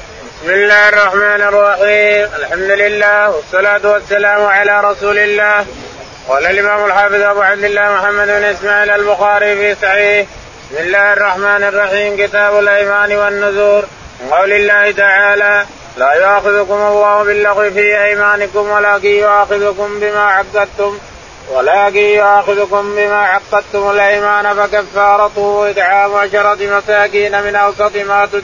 بسم الله الرحمن الرحيم. الحمد لله والصلاة والسلام على رسول الله. قال الإمام الحافظ أبو عبد الله محمد بن إسماعيل البخاري في صحيح. بسم الله الرحمن الرحيم. كتاب الأيمان والنذور. من قول الله تعالى: لا يؤاخذكم الله باللغو في أيمانكم ولكن يؤاخذكم بما عقدتم الأيمان فكفارته إطعام 10 مساكين من أوسط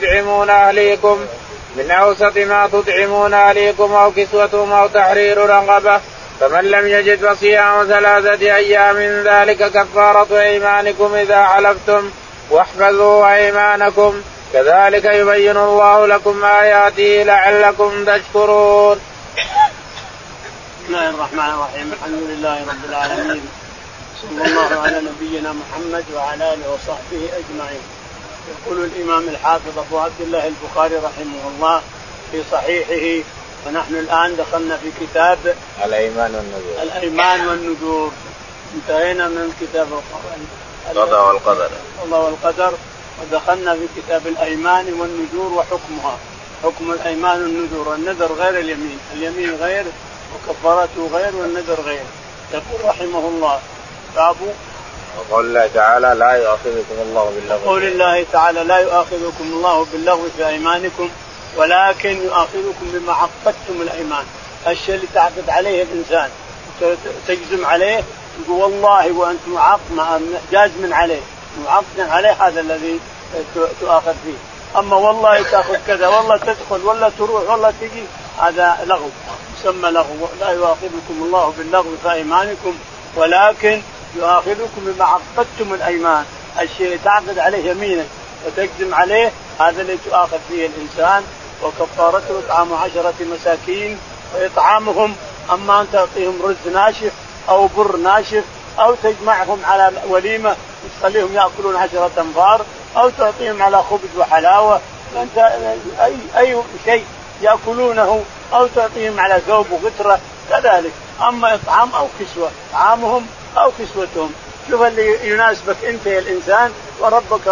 ما تطعمون أهليكم أو كسوتهم أو تحرير رقبة، فمن لم يجد فصيام 3 أيام من ذلك كفارة أيمانكم إذا حلفتم واحفظوا أيمانكم، كذلك يبين الله لكم آياته لعلكم تشكرون. بسم الله الرحمن الرحيم. الحمد لله رب العالمين، صلى الله على نبينا محمد وعلى آله وصحبه أجمعين. يقول الإمام الحافظ أبو عبد الله البخاري رحمه الله في صحيحه، ونحن الآن دخلنا في كتاب الأيمان والنذور. انتهينا من كتاب القضاء والقدر ودخلنا في كتاب الأيمان والنذور وحكمها. حكم الأيمان والنذور: النذر غير اليمين غير، وكفارته غير، والنذر غير. يقول رحمه الله: باب قول الله تعالى: لا يؤاخذكم الله باللغو. قول الله تعالى: لا يؤاخذكم الله باللغو في أيمانكم ولكن يؤاخذكم بما عقدتم الأيمان. الشيء اللي تعقد عليه الإنسان تجزم عليه، يقول والله وأنت جازم عليه معقد عليه، هذا الذي تؤاخذ فيه. أما والله تأخذ كذا، والله تدخل، ولا تروح، ولا تجي، هذا لغو، يسمى لغو. لا يؤاخذكم الله باللغو في أيمانكم ولكن يؤاخذكم بما عقدتم الأيمان. الشيء اللي تعقد عليه يمينك وتجزم عليه، هذا اللي تؤاخذ فيه الإنسان. وكفارته إطعام 10 مساكين وإطعامهم، أما أن تعطيهم رز ناشف أو بر ناشف أو تجمعهم على وليمة تخليهم يأكلون 10 أنفار، أو تعطيهم على خبز وحلاوة، أي شيء يأكلونه، أو تعطيهم على ثوب وغترة كذلك. أما إطعام أو كسوة، طعامهم أو كسوتهم. شوف اللي يناسبك أنت يا الإنسان، وربك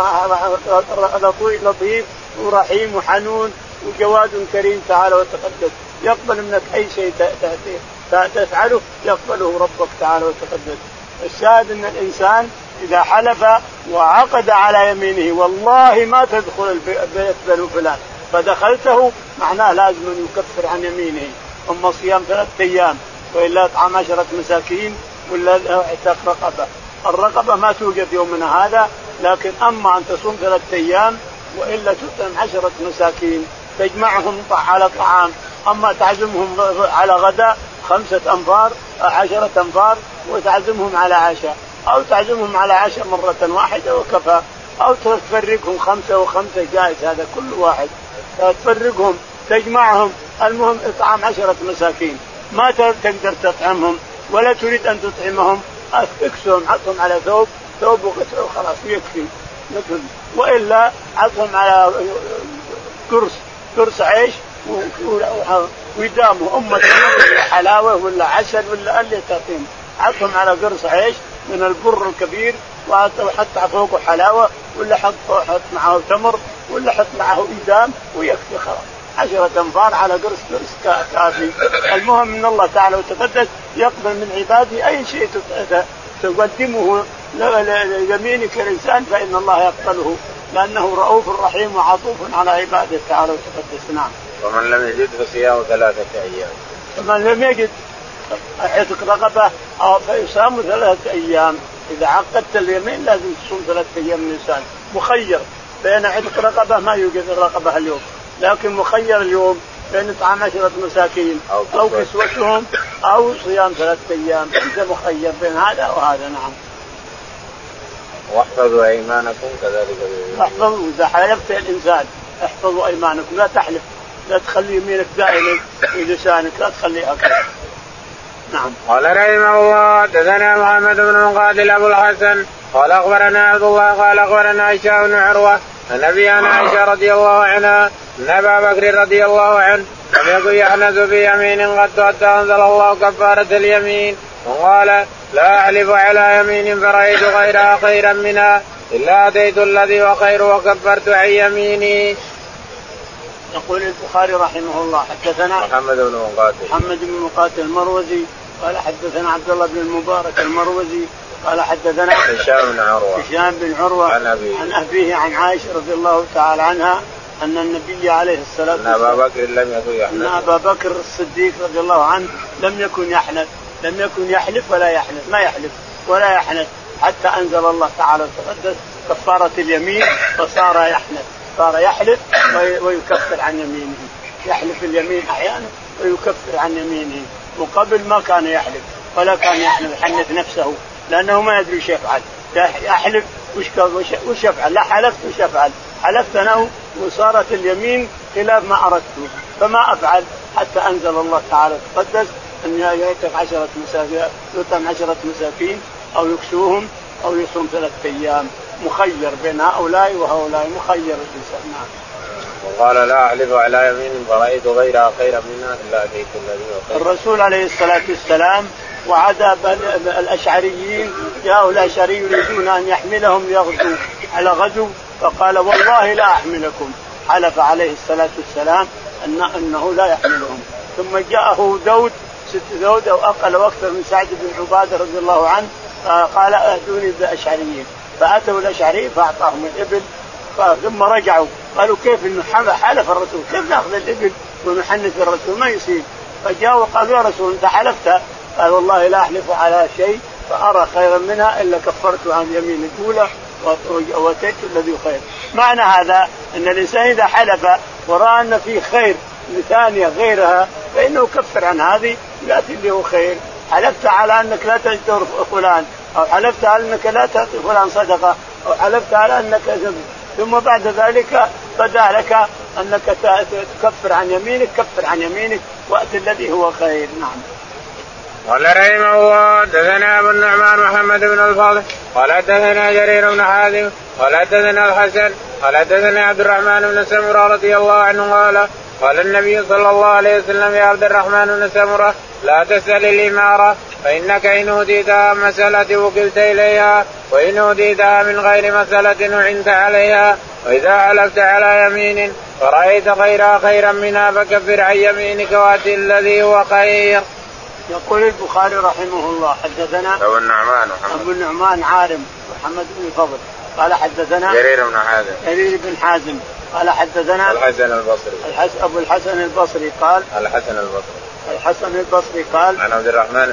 لطيف ورحيم وحنون وجواد كريم تعالى وتقدس، يقبل منك أي شيء تفعله يقبله ربك تعالى وتقدس. الشاهد أن الإنسان إذا حلف وعقد على يمينه والله ما تدخل البيت بنو فلان فدخلته، معناه لازم أن يكفر عن يمينه. أما صيام 3 أيام، وإلا إطعام 10 مساكين، ولا اعتاق رقبة. الرقبة ما توجد يومنا هذا، لكن أما أن تصوم 3 أيام وإلا تطعم 10 مساكين تجمعهم على طعام. أما تعزمهم على غداء 5 أنفار 10 أنفار وتعزمهم على عشاء، أو تعزمهم على عشاء مرة واحدة وكفى، أو تفرقهم 5 و5 جائز، هذا كل واحد تفرقهم تجمعهم. المهم إطعام 10 مساكين، ما تقدر تطعمهم ولا تريد أن تطعمهم، اكسهم، عطهم على ثوب وقطع وخلاص يكفي. وإلا عطهم على قرص عيش ويداموا أمة ولا حلاوة ولا عسل ولا اللي تعطيهم، عطهم على قرص عيش من البر الكبير وحط فوقه حلاوة، ولا حط معه تمر، ولا حط معه إدام ويكفي خلاص. 10 أنفار على قرص كافي. المهم من الله تعالى وتقدس يقبل من عباده أي شيء تقدمه ليمينك الإنسان فإن الله يقبله، لأنه رؤوف رحيم وعطوف على عباده تعالى وتقدس. نعم. ومن لم يجد فصيام 3 أيام. ومن لم يجد عتق رقبة أو فيصام 3 أيام. إذا عقدت اليمين لازم تصوم 3 أيام من الإنسان. مخير بين عتق رقبة، ما يوجد الرقبة اليوم، لكن مخير اليوم بين إطعام 10 مساكين أو كسوتهم أو صيام 3 أيام. أنت مخير بين هذا وهذا. نعم. واحفظوا أيمانكم كذلك. احفظوا، إذا حلفت الإنسان احفظوا أيمانكم، لا تحلف، لا تخلي يمينك دائما في لسانك، لا تخليها كذا. نعم. قال رحمه الله: حدثنا محمد بن مقاتل أبو الحسن قال أخبرنا عبد الله قال أخبرنا عائشة بن عروة عن أبيها عائشة رضي الله عنها أن أبا بكر رضي الله عنه لم يكن يحنث بيمين قد حتى أنزل الله كفارة اليمين، وقال: لا أحلف على يمين فرأيت غيرها خيرا منها إلا أتيت الذي هو خير وكفرت عن يميني. يقول البخاري رحمه الله حدثنا محمد بن مقاتل المروزي قال حدثنا عبد الله بن المبارك المروزي قال حدثنا هشام بن عروة عن أبيه عن عائشة رضي الله تعالى عنها أن النبي عليه الصلاة والسلام أن أبا بكر الصديق رضي الله عنه لم يكن يحلف ولا يحنث، ما يحلف ولا يحنث حتى أنزل الله تعالى وتقدس كفارة اليمين فصار يحلف ويكفر عن يمينه، يحلف اليمين أحيانا ويكفر عن يمينه، وقبل ما كان يحلف ولا كان يحنث نفسه لأنه ما يدري وش يفعل، يحلف وش يفعل، لا حلفت وش يفعل، حلفت أنا وصارت اليمين خلاف ما أردته فما أفعل حتى أنزل الله تعالى وتقدس أن يعتق 10 مساكين أو يكسوهم أو يصوم 3 أيام، مخير بين هؤلاء وهؤلاء، مخير الإنسان. وقال لا أحلف على يمين فرأيت غيرها خيرا منها إلا أتيت الذي هو خير. الرسول عليه الصلاة والسلام وعد الأشعريين، جاءوا الأشعري يريدون أن يحملهم يغزوا على غزو فقال والله لا أحملكم، حلف عليه الصلاة والسلام أنه لا يحملهم. ثم جاءه داود 6 داود أو أقل وأكثر من سعد بن عبادة رضي الله عنه قال أهدوني بالأشعريين، فأتوا الأشعري فأعطاهم الإبل ثم رجعوا قالوا كيف إنه حلف الرسول، كيف نأخذ الإبل ونحنث الرسول ما يصير، فجاءوا قالوا يا رسول أنت حلفت، قال والله لا أحلف على شيء فأرى خيرا منها إلا كفرت عن يمين الأولى وأتيت الذي خير. معنى هذا أن الإنسان إذا حلف ورأى أن فيه خير لثانية غيرها فإنه كفر عن هذه يأتي له خير. حلفت على أنك لا تجدر فلان، أو حلفت على أنك لا تعطي فلان صدقة، أو حلفت على أنك ثم بعد ذلك بدا لك أنك تكفر عن يمينك، كفر عن يمينك وأتي الذي هو خير. نعم. قال رحمه الله حدثنا أبو النعمان محمد بن الفضل قال حدثنا جرير بن حازم قال حدثنا الحسن قال حدثنا عبد الرحمن بن سمرة رضي الله عنه قال النبي صلى الله عليه وسلم يا عبد الرحمن بن سمرة لا تسأل الإمارة فإنك إن أوتيتها مسألة وكلت إليها، وإن أوتيتها من غير مسألة أعنت عليها، وإذا حلفت على يمين فرأيت غيرها خيرا منها فكفر عن يمينك وأتي الذي هو خير. يقول البخاري رحمه الله حدثنا أبو النعمان عارم محمد بن الفضل قال حدثنا جرير بن حازم قال حدثنا أبو الحسن البصري قال الحسن البصري قال عن عبد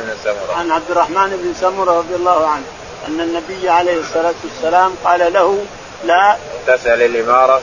الرحمن بن سمرة رضي الله عنه أن النبي عليه الصلاة والسلام قال له لا تسأل الإمارة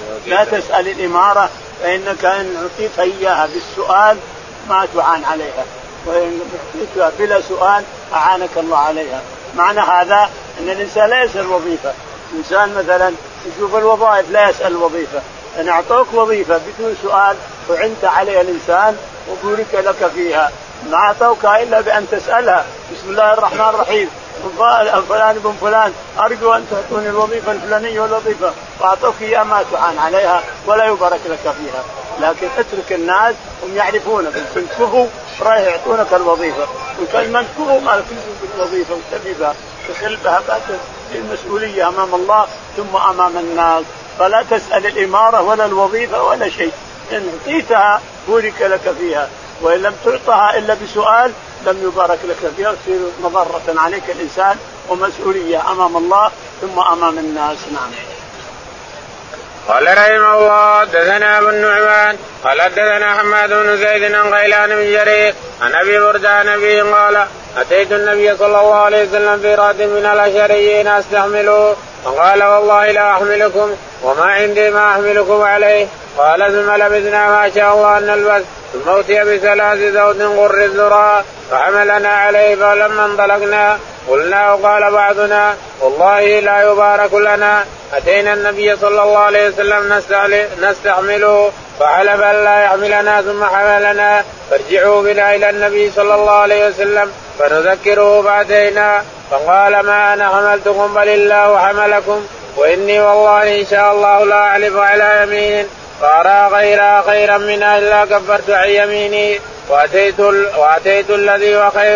فإنك إن أعطيت إياها بالسؤال ما تعان عليها، وإن أعطيتها بلا سؤال أعانك الله عليها. معنى هذا أن الإنسان لا يسأل وظيفة، إنسان مثلا يشوف الوظائف لا يسأل الوظيفة، أن أعطوك وظيفة بدون سؤال وعنت عليها الإنسان وبورك لك فيها، ما أعطوك إلا بأن تسألها بسم الله الرحمن الرحيم فلان بن فلان أرجو أن تعطوني الوظيفة الفلانية والوظيفة، وأعطوك إياها ما تعان عليها ولا يبارك لك فيها. لكن اترك الناس هم يعرفونك، كنت كفوا رايح يعطونك الوظيفة، وكان من كفوا ما كنتوا بالوظيفة وتبي بها تخل بها بعد المسؤولية أمام الله ثم أمام الناس. فلا تسأل الإمارة ولا الوظيفة ولا شيء، إن أعطيتها بورك لك فيها، وإن لم تعطها إلا بسؤال لم يبارك لك فيها، تصير مضرة عليك الإنسان ومسؤولية أمام الله ثم أمام الناس. نعم. قال رحمه الله حدثنا أبو النعمان قال حدثنا حماد بن زيد عن غيلان بن جرير عن أبي بردة نبي قال أتيت النبي صلى الله عليه وسلم في راد من الأشعريين أستحمله، فقال والله لا أحملكم وما عندي ما أحملكم عليه. قال ثم لبثنا ما شاء الله أن نلبث، ثم أوتي ب3 ذود غر الذراء فحملنا عليه، فلما انطلقنا قلنا وقال بعضنا والله لا يبارك لنا. أتينا النبي صلى الله عليه وسلم نستحمله فحلف أن لا يحملنا ثم حملنا، فارجعوا بنا إلى النبي صلى الله عليه وسلم فنذكره فأتينا فقال ما أنا حملتكم بل الله حملكم، وإني والله إن شاء الله لا أحلف على يمين فأرى غيرها خيرا منها إلا كفرت عن يميني وأتيت الذي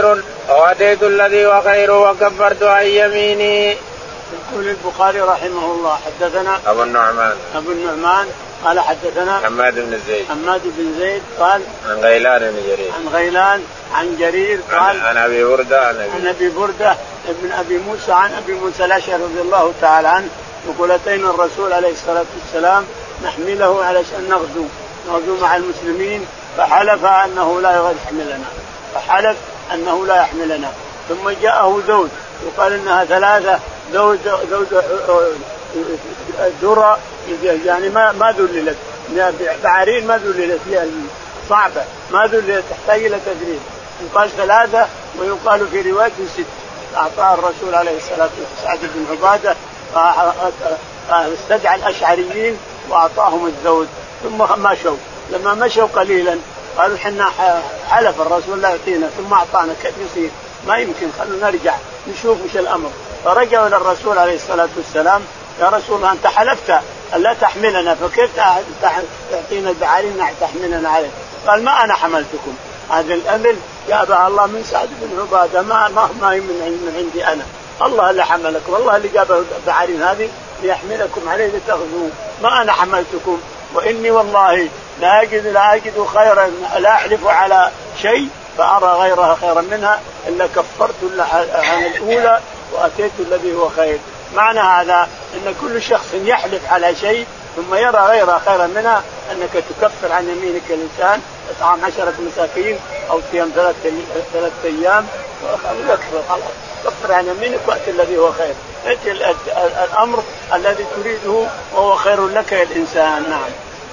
هو خير وكفرت عن يميني. يقول البخاري رحمه الله حدثنا أبو النعمان قال حدثنا حماد بن زيد قال عن غيلان بن جرير عن جرير قال عن أبي بردة ابن أبي موسى عن أبي موسى الأشعري رضي الله تعالى عنه يقول أتينا الرسول عليه الصلاة والسلام نحمله علشان نغزو مع المسلمين فحلف أنه لا يحملنا ثم جاءه زوج وقال إنها 3 زوج ذرة يعني ما ذللت بعرين ما ذللت هي صعبة ما ذللت تحتاج إلى تدريب يقال 3 ويقال في رواية 6 أعطاه الرسول عليه الصلاة والسلام سعد بن عبادة استدعى الأشعريين وأعطاهم الزوج ثم مشوا لما مشوا قليلا قالوا حنا حلف الرسول لا يعطينا ثم أعطانا كيف يصير ما يمكن خلونا نرجع نشوف وش الأمر فرجعوا إلى الرسول عليه الصلاة والسلام يا رسول الله أنت حلفت ألا تحملنا فكيف تعطينا البعارين تحملنا عليه قال ما أنا حملتكم هذا الأمل جابها الله من سعد بن عبادة ما هي من عندي أنا الله اللي حملكم الله اللي جاب البعارين هذه ليحملكم عليه لتغزوه ما أنا حملتكم وإني والله لا أجد خيرا لا أحلف على شيء فأرى غيرها خيرا منها إلا كفرت عن الأولى وأتيت الذي هو خير. معنى هذا أن كل شخص يحلف على شيء ثم يرى غيرها خيرا منها أنك تكفر عن يمينك الإنسان إطعام 10 مساكين أو صيام 3 أيام كفر عن يمينك وأتي الذي هو خير أتي الأمر الذي تريده وهو خير لك يا الإنسان. نعم.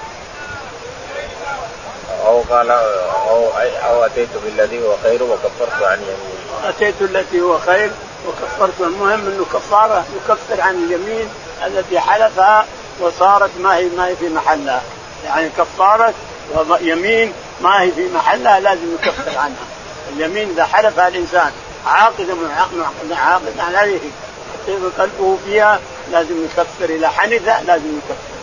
أو قال أو أتيت بالذي هو خير وكفرت عن يمين أتيت التي هو خير وكفرت. المهم أنه كفارة يكفر عن اليمين التي حلفها وصارت ما هي في محلها يعني كفارة يمين ما هي في محلها لازم يكفر عنها. اليمين إذا حلفها الإنسان عاقد عليه يطيب قلبه فيها لازم يكفر إلى حنث لازم يكفر.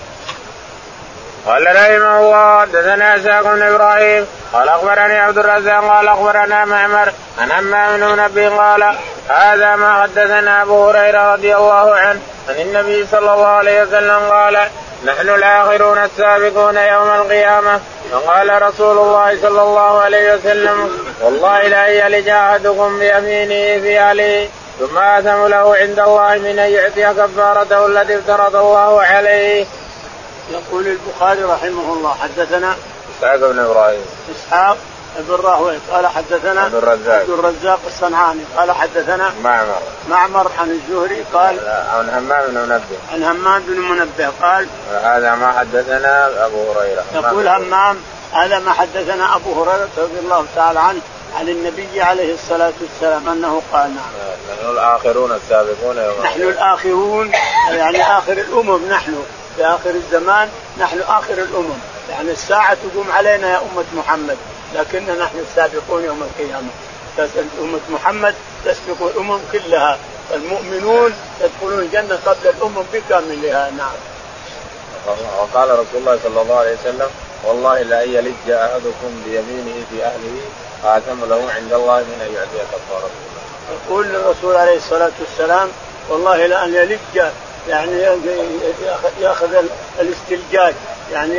قال رحمه الله حدثنا إسحاق بن إبراهيم قال أخبرني عبد الرزاق قال أخبرنا معمر عن همام بن منبه قال هذا ما حدثنا أبو هريرة رضي الله عنه عن النبي صلى الله عليه وسلم قال نحن الآخرون السابقون يوم القيامة. وقال رسول الله صلى الله عليه وسلم والله لا يلج أحدكم بيمينه في أهله ثم آثم له عند الله من أن يعطي كفارته التي افترض الله عليه. يقول البخاري رحمه الله حدثنا إسحاق بن إبراهيم بن راهويه قال حدثنا عبد الرزاق الصنعاني قال حدثنا معمر عن الزهري قال عن همام بن منبه قال هذا ما حدثنا أبو هريرة. يقول همام هذا ما حدثنا أبو هريرة رضي الله تعالى عنه عن النبي عليه الصلاة والسلام أنه قال نحن الآخرون السابقون نحن الآخرون يعني آخر الأمم نحن في آخر الزمان نحن آخر الأمم يعني الساعة تقوم علينا يا أمة محمد لكننا نحن السابقون يوم القيامة. أمة محمد تسبق الأمم كلها المؤمنون يدخلون الجنة قبل الأمم بكاملها. نعم. وقال رسول الله صلى الله عليه وسلم والله لا يلج أحدكم بيمينه في أهله آثم له عند الله من أن يعطي كفارة. يقول الرسول عليه الصلاة والسلام والله لأن يلج يعني يأخذ الاستلجاج يعني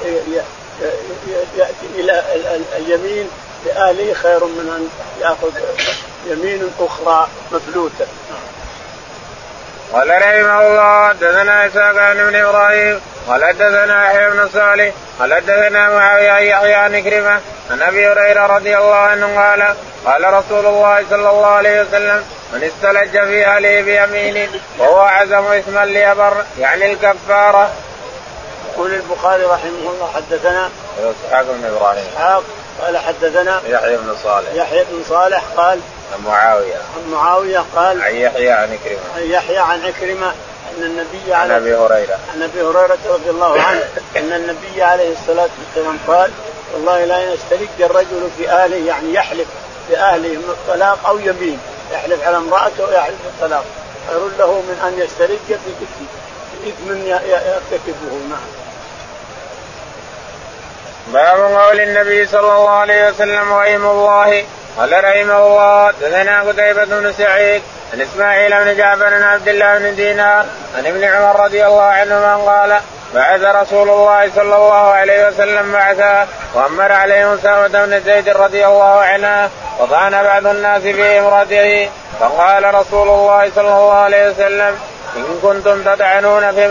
يأتي إلى اليمين لأهله خير من أن يأخذ يمين أخرى مفلوتة. قال رحمه الله حدثنا إسحاق بن إبراهيم قال حدثنا يحيى بن صالح قال حدثنا معاوية يحيى عن عكرمة عن أبي هريرة رضي الله عنه قال رسول الله صلى الله عليه وسلم من استلج في أهله بيمينه وهو عزم إثما ليبر يعني الكفارة. يقول البخاري رحمه الله حدثنا إسحاق بن إبراهيم قال حدثنا يحيى بن صالح قال عن معاوية قال عن يحيى عن عكرمة أن النبي عن أبي هريرة رضي الله عنه أن النبي عليه الصلاة والسلام قال والله لا يستلج الرجل في أهله يعني يحلف بأهله من الطلاق أو يمين يحلف على امرأته ويحلف بالطلاق خير له من أن يستلج في إثم يرتكبه. نعم. باب قول النبي صلى الله عليه وسلم وإيم الله قال رحمه الله حدثنا قتيبة بن سعيد عن إسماعيل بن جعفر عن عبد الله بن دينار عن ابن عمر رضي الله عنهما قال بعث رسول الله صلى الله عليه وسلم بعثا وأمر عليه أسامة بن زيد رضي الله عنه وطعن بعض الناس في امرأته فقال رسول الله صلى الله عليه وسلم إن كنتم تطعنون في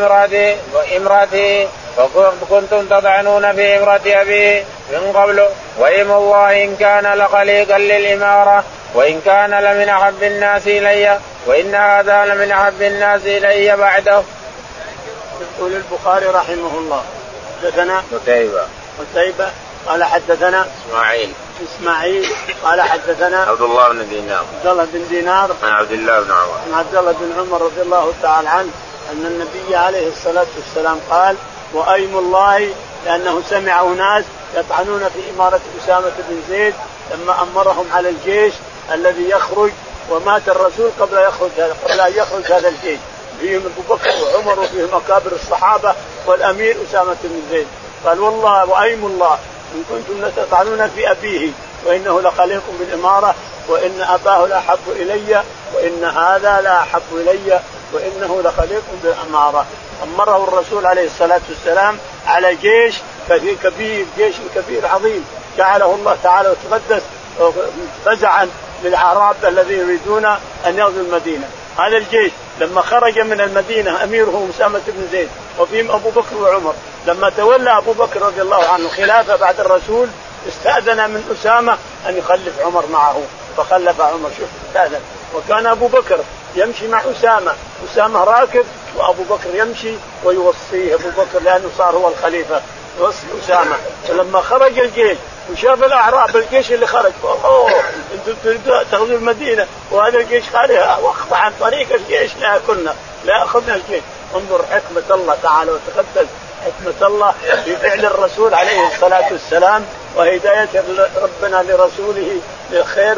امرأتي وكنتم تطعنون في امرأة أبي من قبل وإيم الله إن كان لخليقا للإمارة وإن كان لمن أحب الناس إلي وإن هذا لمن أحب الناس إلي بعده. يقول البخاري رحمه الله حدثنا قتيبة قال حدثنا إسماعيل قال حدثنا عبد الله بن دينار عن عبد الله بن عمر رضي الله تعالى عنه أن النبي عليه الصلاة والسلام قال وأيم الله لأنه سمع ناس يطعنون في إمارة أسامة بن زيد لما أمرهم على الجيش الذي يخرج ومات الرسول قبل أن يخرج هذا الجيش فيهم أبو بكر وعمر وفيهم أكابر الصحابة والأمير أسامة بن زيد. قال والله وأيم الله إن كنتم تطعنون في أبيه وإنه لخليق بالإمارة وإن أباه لا أحب إلي وإن هذا لا أحب إلي وإنه لخليق بالإمارة. أمره الرسول عليه الصلاة والسلام على جيش كبير جيش كبير عظيم جعله الله تعالى وتقدس فزعا للأعراب الذين يريدون أن يغزوا المدينة. هذا الجيش لما خرج من المدينة أميره أسامة بن زيد وفيهم أبو بكر وعمر لما تولى أبو بكر رضي الله عنه خلافة بعد الرسول استأذن من أسامة أن يخلف عمر معه فخلف عمر. شوف استأذن وكان أبو بكر يمشي مع أسامة راكب وأبو بكر يمشي ويوصيه أبو بكر لأنه صار هو الخليفة يوصي أسامة. فلما خرج الجيش وشاف الأعراب الجيش اللي خرج انتم تريدوا تغزوا المدينة وهذا الجيش خارجها واقطع عن طريق الجيش لا أخذنا الجيش. انظر حكمة الله تعالى وتقدس حكمة الله في فعل الرسول عليه الصلاة والسلام وهداية ربنا لرسوله للخير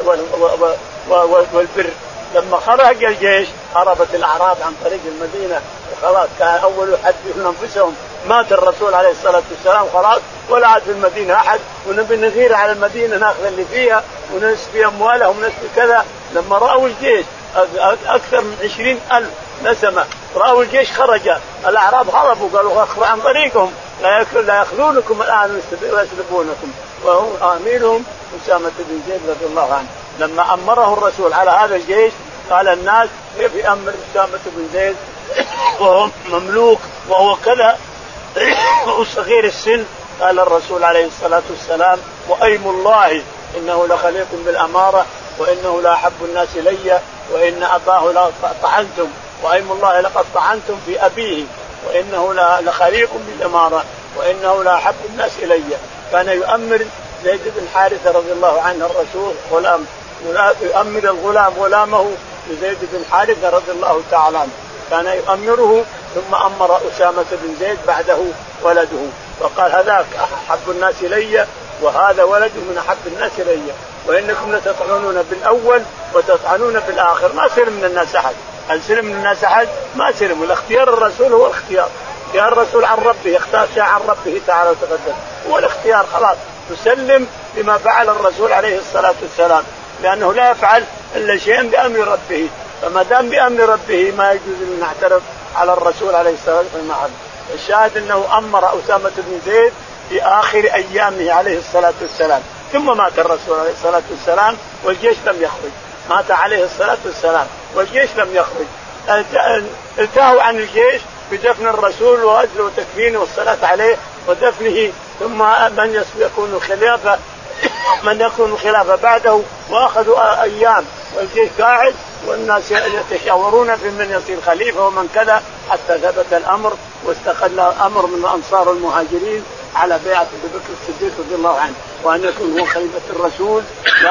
والبر. لما خرج الجيش هربت الأعراب عن طريق المدينة وخلاص كان أول يحدثون أنفسهم مات الرسول عليه الصلاة والسلام خلاص ولا عاد في المدينة أحد ونبي نثير على المدينة ناخذ اللي فيها ونسبي أموالهم ونسبي كذا. لما رأوا الجيش أكثر من 20,000 نسمة رأوا الجيش خرج الأعراب هربوا قالوا أخروا عن طريقهم لا يأخذونكم الآن ويسلبونكم وهم آمينهم أسامة بن زيد رضي الله عنه. لما أمره الرسول على هذا الجيش قال الناس كيف أمر أسامة بن زيد وهو مملوك وهو كذا وصغير السن. قال الرسول عليه الصلاة والسلام وأيم الله إنه لخليق بالأمارة وإنه لا أحب الناس إلي وإن أباه لا طعنتم وأيم الله لقد طعنتم في أبيه وإنه لخليق بالأمارة وإنه لا أحب الناس إلي. كان يؤمر زيد بن حارثة رضي الله عنه الرسول غلام يؤمر الغلام غلامه زيد بن حارثة رضي الله تعالى عنه كان يؤمره ثم أمر أسامة بن زيد بعده ولده وقال هذاك أحب الناس إلي وهذا ولده من أحب الناس إلي وإنكم لتطعنون بالأول وتطعنون بالآخر. ما سلم من الناس أحد. هل سلم من الناس أحد؟ ما سلم. والاختيار الرسول هو الاختيار الرسول عن ربه يختار شيء عن ربه تعالى وتقدم هو الاختيار خلاص تسلم لما فعل الرسول عليه الصلاة والسلام لأنه لا يفعل إلا شيئا بأمر ربه. فما دام بأمر ربه ما يجوز أن نعترف على الرسول عليه الصلاة والسلام. الشاهد أنه أمر أسامة بن زيد في آخر أيامه عليه الصلاة والسلام ثم مات الرسول عليه الصلاة والسلام والجيش لم يخرج. مات عليه الصلاة والسلام والجيش لم يخرج. انتهوا عن الجيش بدفن الرسول وأجله وتكفينه والصلاة عليه ودفنه ثم من يكون خلافة بعده وأخذوا أيام والجيش قاعد والناس يتشاورون في من يصير خليفة ومن كذا حتى ثبت الأمر واستقل أمر من أنصار المهاجرين على بيعة أبي بكر الصديق رضي الله عنه وأن يكون هو خليفة الرسول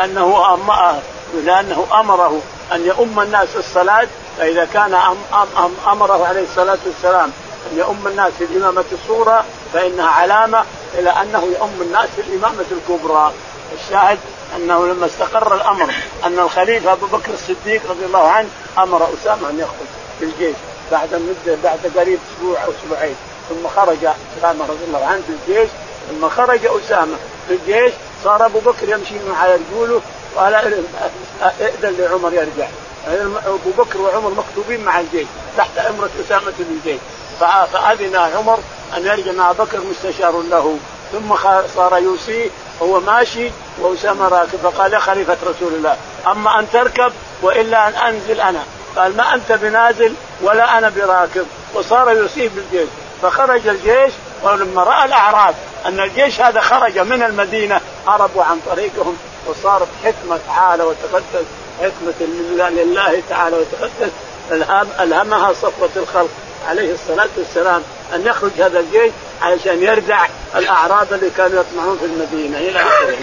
لأنه أمره أن يؤم الناس الصلاة. فإذا كان أمره عليه الصلاة والسلام أن يؤم الناس في الإمامة الصغرى فإنها علامة إلى أنه يؤم الناس في الإمامة الكبرى. الشاهد أنه لما استقر الأمر أن الخليفة أبو بكر الصديق رضي الله عنه أمر أسامة أن يخرج في الجيش بعد قريب أسبوع أو أسبوعين ثم خرج أسامة رضي الله عنه في الجيش. ثم خرج أسامة في الجيش صار أبو بكر يمشي على رجوله وقال ائذن لعمر يرجع. أبو بكر وعمر مكتوبين مع الجيش تحت أمرة أسامة بن زيد فأذن عمر أن يرجع مع بكر مستشار له، ثم صار يوصيه وهو ماشي وأسامة راكب، فقال يا خليفة رسول الله أما أن تركب وإلا أن أنزل أنا، قال ما أنت بنازل ولا أنا براكب، وصار يوصيه بالجيش. فخرج الجيش، ولما رأى الأعراب أن الجيش هذا خرج من المدينة هربوا عن طريقهم، وصارت حكمة تعالى وتقدس، حكمة لله تعالى وتقدس ألهمها صفوة الخلق عليه الصلاة والسلام أن يخرج هذا الجيش علشان يردع الأعراب اللي كانوا يطمعون في المدينة إلى آخره.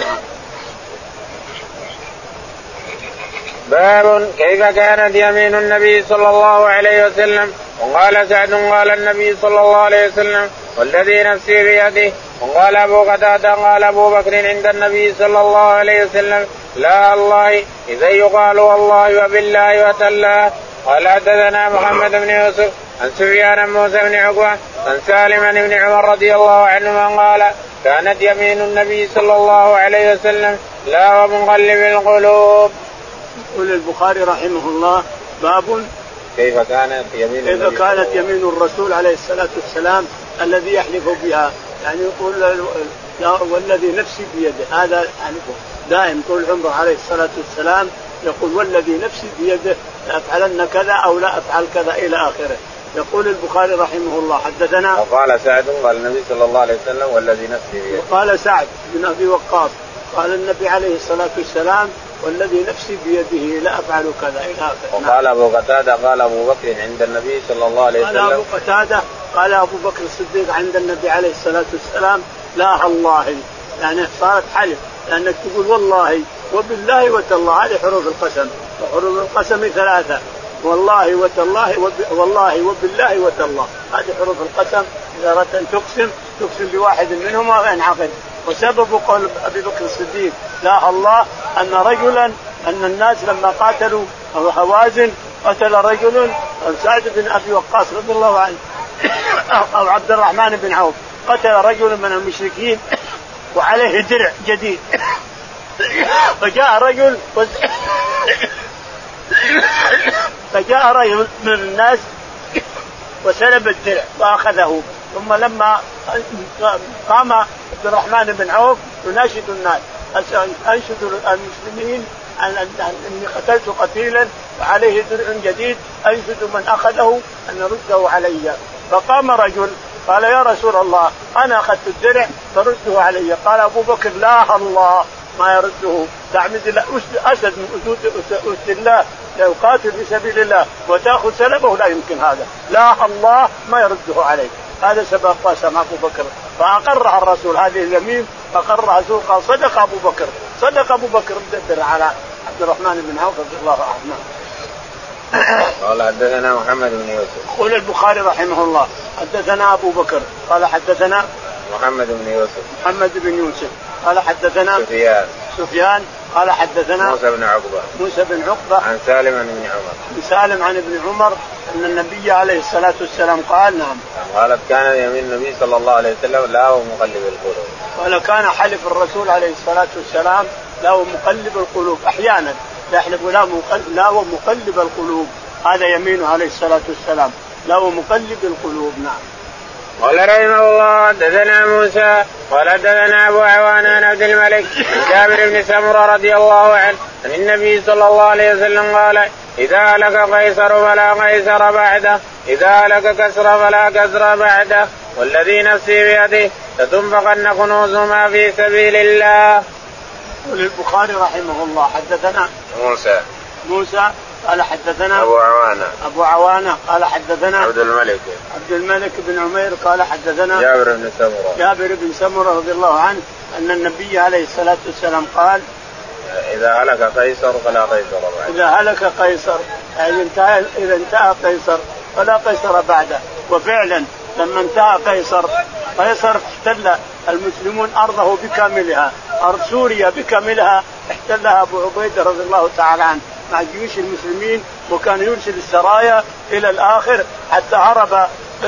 باب كيف كانت يمين النبي صلى الله عليه وسلم. وقال سعد قال النبي صلى الله عليه وسلم والذي نفسي بيده. وقال أبو قتادة قال أبو بكر عند النبي صلى الله عليه وسلم لا الله إذا يقال والله وبالله وتالله. قال حدثنا محمد بن يوسف عن سفيان موسى بن عقبة عن سالم بن عمر رضي الله عنهما قال كانت يمين النبي صلى الله عليه وسلم لا ومقلب القلوب. يقول البخاري رحمه الله باب كيف كانت يمين الرسول عليه الصلاة والسلام الذي يحلف بها، يعني يقول والذي نفسي بيده، هذا يعني دائم طول عمره عليه الصلاة والسلام يقول والذي نفسي بيده لأفعلن كذا أو لا أفعل كذا إلى آخره. يقول البخاري رحمه الله حدثنا وقال سعد قال النبي صلى الله عليه وسلم والذي نفسي بيده. وقال سعد بن أبي وقاص قال النبي عليه الصلاة والسلام والذي نفسي بيده لا أفعل كذا إلى آخره. وقال أبو قتادة قال أبو بكر عند النبي صلى الله عليه وسلم. قال أبو قتادة قال أبو بكر الصديق عند النبي عليه الصلاة والسلام لا الله، يعني صارت حلف لأنك تقول والله وبالله وتالله، هذه حروف القسم، وحروف القسم ثلاثة، والله وتالله والله وبالله وتالله، هذه حروف القسم. إذا أردت أن تقسم بواحد منهما وينعقد. وسبب قول أبي بكر الصديق لا الله أن الناس لما قاتلوا هوازن قتل رجل سعد بن أبي وقاص رضي الله عنه أو عبد الرحمن بن عوف، قتل رجل من المشركين وعليه درع جديد، فجاء رجل من الناس وسلب الدرع وأخذه. ثم لما قام عبد الرحمن بن عوف يناشد الناس أنشد المسلمين أني قتلت قتيلا وعليه درع جديد أنشد من أخذه أن يرده علي. فقام رجل قال يا رسول الله أنا أخذت الدرع فرده علي. قال أبو بكر لا الله ما يرده، تعمد الله أسد من أسود الله يقاتل في سبيل الله وتأخذ سلبه، لا يمكن هذا، لا الله ما يرده عليك. هذا سبب قسم أبو بكر، فأقرها الرسول هذه اليمين، أقرها الرسول قال صدق أبو بكر مدبر على عبد الرحمن بن عوف رضي الله عنه. قال حدثنا محمد بن يوسف. قال البخاري رحمه الله حدثنا أبو بكر قال حدثنا محمد بن يوسف قال حدثنا سفيان قال حدثنا موسى بن عقبة عن سالم عن ابن عمر أن النبي عليه الصلاة والسلام قال نعم قالت كان يمين النبي صلى الله عليه وسلم لا ومقلب القلوب. قال كان حلف الرسول عليه الصلاة والسلام لا ومقلب القلوب، أحيانا يحلف لا ومقلب القلوب، هذا يمينه عليه الصلاة والسلام لا ومقلب القلوب. نعم. قال رحمه الله حدثنا موسى قال حدثنا أبو عوان عن عبد الملك عن جابر بن سمرة رضي الله عنه عن النبي صلى الله عليه وسلم قال إذا هلك قيصر فلا قيصر بعده، إذا هلك كسرى فلا كسرى بعده، والذي نفسي بيده لتنفقن كنوزهما في سبيل الله. وللبخاري رحمه الله حدثنا موسى قال حدثنا أبو عوانة قال حدثنا عبد الملك بن عمير قال حدثنا جابر بن سمرة رضي الله عنه أن النبي عليه الصلاة والسلام قال إذا هلك قيصر فلا قيصر بعده. إذا هلك قيصر يعني إذا انتهى قيصر فلا قيصر بعده. وفعلا لما انتهى قيصر احتل المسلمون أرضه بكاملها، أرض سوريا بكاملها احتلها أبو عبيدة رضي الله تعالى عنه مع جيوش المسلمين، وكان يرسل السرايا إلى الآخر حتى هرب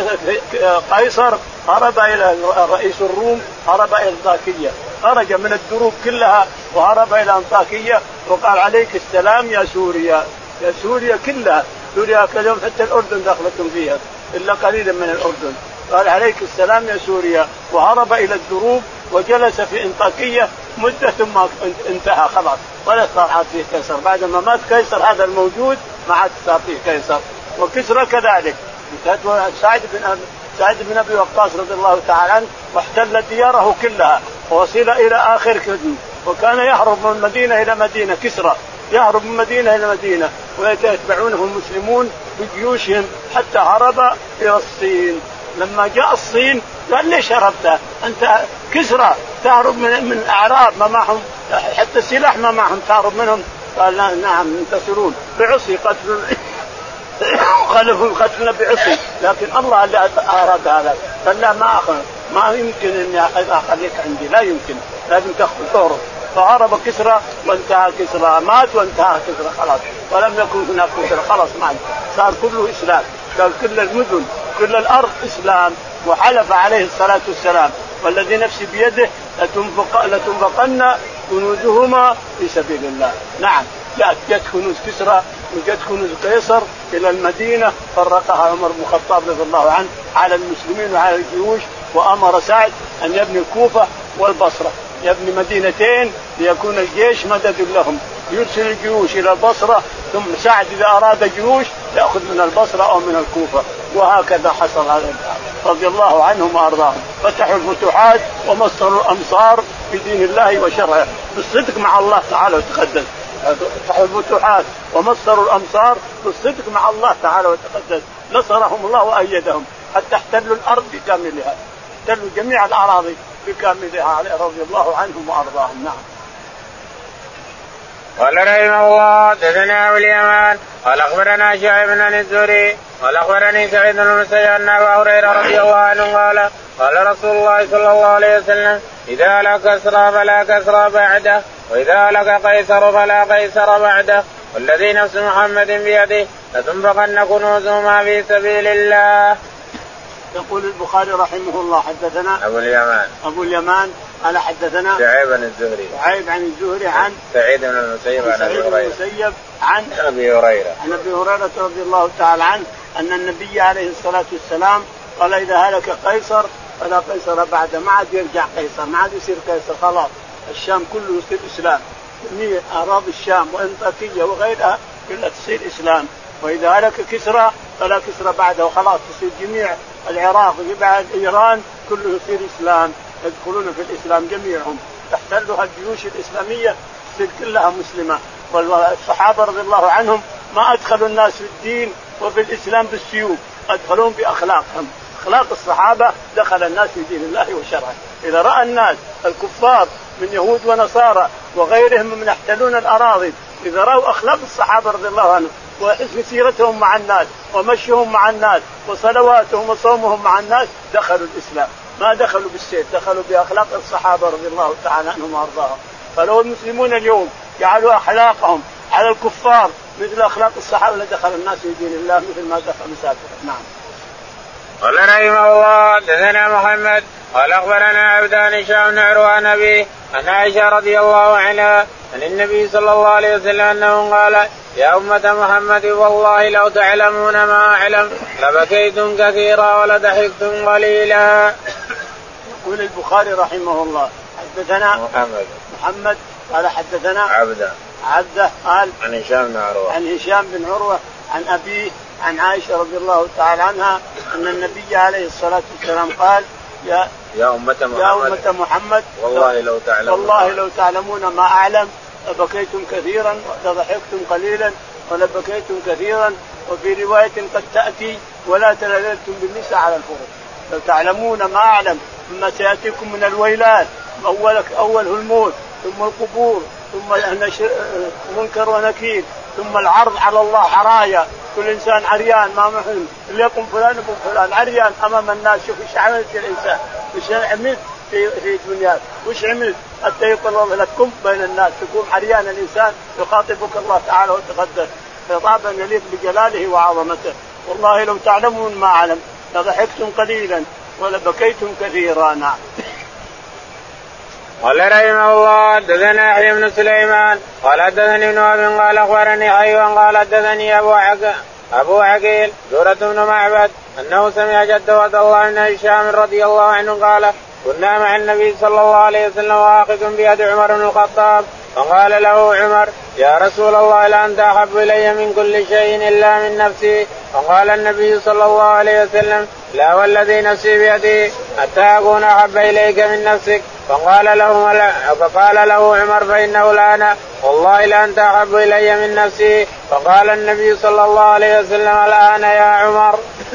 قيصر، هرب إلى رئيس الروم، هرب إلى أنطاكية، خرج من الدروب كلها وهرب إلى أنطاكية وقال عليك السلام يا سوريا كلها، سوريا كلهم حتى الأردن دخلتم فيها، إلا قليلا من الأردن. قال عليك السلام يا سوريا، وهرب إلى الدروب وجلس في انطاكية مدة ثم انتهى خلاص، ولا صار عاد فيه قيصر. بعد ما مات قيصر هذا الموجود ما عاد صار فيه قيصر. وكسرى كذلك، سعد بن أبي وقاص رضي الله تعالى عنه واحتل دياره كلها ووصل إلى آخر كذن، وكان يهرب من مدينة إلى مدينة. كسرى يهرب من مدينة إلى مدينة ويتبعونه المسلمون بجيوشهم حتى هرب إلى الصين. لما جاء الصين قال ليش هربت أنت كسرى؟ تهرب من أعراب ما معهم حتى السلاح ما معهم تهرب منهم. قال نعم ينتصرون بعصي قتلنا بعصي، لكن الله اللي أراد هذا. قال لا ما يمكن أن أخليك عندي، لا يمكن، لازم تهرب. فهرب كسرى وانتهى كسرى، مات وانتهى كسرى خلاص، ولم يكن هناك كسرى خلاص مات، صار كله إسلام. قال كل المدن كل الأرض إسلام. وحلف عليه الصلاة والسلام والذي نفسي بيده لتنفقن كنوزهما في سبيل الله. نعم جاءت كنوز كسرى وجاءت كنوز قيصر إلى المدينة، فرقها عمر بن الخطاب رضي الله عنه على المسلمين وعلى الجيوش، وأمر سعد أن يبني الكوفة والبصرة، يبني مدينتين ليكون الجيش مدد لهم، يرسل الجيوش إلى البصرة، ثم سعد إذا أراد جيوش يأخذ من البصرة أو من الكوفة. وهكذا حصل هذا رضي الله عنهم وأرضاهم. فتحوا الفتوحات ومصروا الأمصار في دين الله وشرعه بالصدق مع الله تعالى وتقدس. فتحوا الفتوحات ومصروا الأمصار بالصدق مع الله تعالى وتقدس. نصرهم الله وأيدهم حتى احتلوا الأرض بكاملها، احتلوا جميع الأراضي بكاملها رضي الله عنهم وأرضاهم. نعم. قال رحمه الله دثنا أبو اليمان قال أخبرنا شعيب بن الزهري قال أخبرني سعيد بن المسيب أن أبا هريرة رضي الله عنه قال رسول الله صلى الله عليه وسلم إذا لك كسرى فلا كسرى بعده، وإذا لك قيصر فلا قيصر بعده، والذي نفس محمد بيده لتنفقن كنوزهما في سبيل الله. يقول البخاري رحمه الله حدثنا أبو اليمان قال حدثنا شعيب عن الزهري عن سعيد بن المسيب عن أبي هريرة رضي الله تعالى عنه أن النبي عليه الصلاة والسلام قال إذا هلك قيصر فلا قيصر بعد. ما عاد يرجع قيصر، ما عاد يصير قيصر، خلاص الشام كله يصير إسلام، جميع أراضي الشام وأنطاكية وغيرها كلها تصير إسلام. وإذا هلك كسرى فلا كسرى بعده، وخلاص تصير جميع العراق وبعد إيران كله يصير إسلام، يدخلون في الإسلام جميعهم، تحتلها الجيوش الإسلامية تصير كلها مسلمة. والصحابة رضي الله عنهم ما أدخلوا الناس في الدين وفي الإسلام بالسيوف، أدخلون بأخلاقهم. أخلاق الصحابة دخل الناس في دين الله وشرعه. إذا رأى الناس الكفار من يهود ونصارى وغيرهم من يحتلون الأراضي، إذا رأوا أخلاق الصحابة رضي الله عنهم وحسن سيرتهم مع الناس ومشيهم مع الناس وصلواتهم وصومهم مع الناس دخلوا الإسلام. ما دخلوا بالسيف، دخلوا بأخلاق الصحابة رضي الله تعالى عنهم وأرضاهم. فلو المسلمون اليوم جعلوا أخلاقهم على الكفار مثل أخلاق الصحابة لدخل الناس في دين الله مثل ما دخلوا سابقا. نعم. قال رحمه الله دثنا محمد قال أخبرنا عبدان هشام بن عروة عن أبيه عن عائشة رضي الله عنها عن النبي صلى الله عليه وسلم أنه قال يا أمة محمد والله لو تعلمون ما أعلم لبكيتم كثيرا ولضحكتم قليلا. يقول البخاري رحمه الله حدثنا محمد قال حدثنا عبده قال عن هشام بن عروة عن أبيه عن عائشة رضي الله تعالى عنها أن النبي عليه الصلاة والسلام قال يا أمة محمد والله لو تعلمون ما أعلم لبكيتم كثيرا ولضحكتم قليلا ولبكيتم كثيرا. وفي رواية قد تأتي ولا تلذذتم بالنساء على الفرش. لو تعلمون ما أعلم مما سيأتيكم من الويلات، أوله الموت ثم القبور ثم منكر ونكير ثم العرض على الله عرايا، كل إنسان عريان ما محن اللي يقوم فلان يقوم فلان عريان أمام الناس. شوف إيش عملت الإنسان، إيش عملت في الدنيا، وإيش عملت حتى يقول الله لكم بين الناس تكون عريان الإنسان يخاطبك الله تعالى وتقدس خطابا يليق بجلاله وعظمته. والله لو تعلمون ما أعلم لضحكتم قليلا ولبكيتم كثيرا. نعم. قال رحمه الله حدثنا يحيى بن سليمان قال حدثني ابن وهب قال اخبرني حيوان قال حدثني أبو عقيل زهرة بن معبد أنه سمع جده عبد الله بن هشام رضي الله عنه قال كنا مع النبي صلى الله عليه وسلم واخذ بيد عمر بن الخطاب فقال له عمر يا رسول الله لأنت أحب إلي من كل شيء إلا من نفسي. فقال النبي صلى الله عليه وسلم لا والذي نفسي بيدي حتى أكون أحب إليك من نفسك. فقال له عمر فإنه لأنا والله لأنت أحب إلي من نفسي. فقال النبي صلى الله عليه وسلم الآن يا عمر.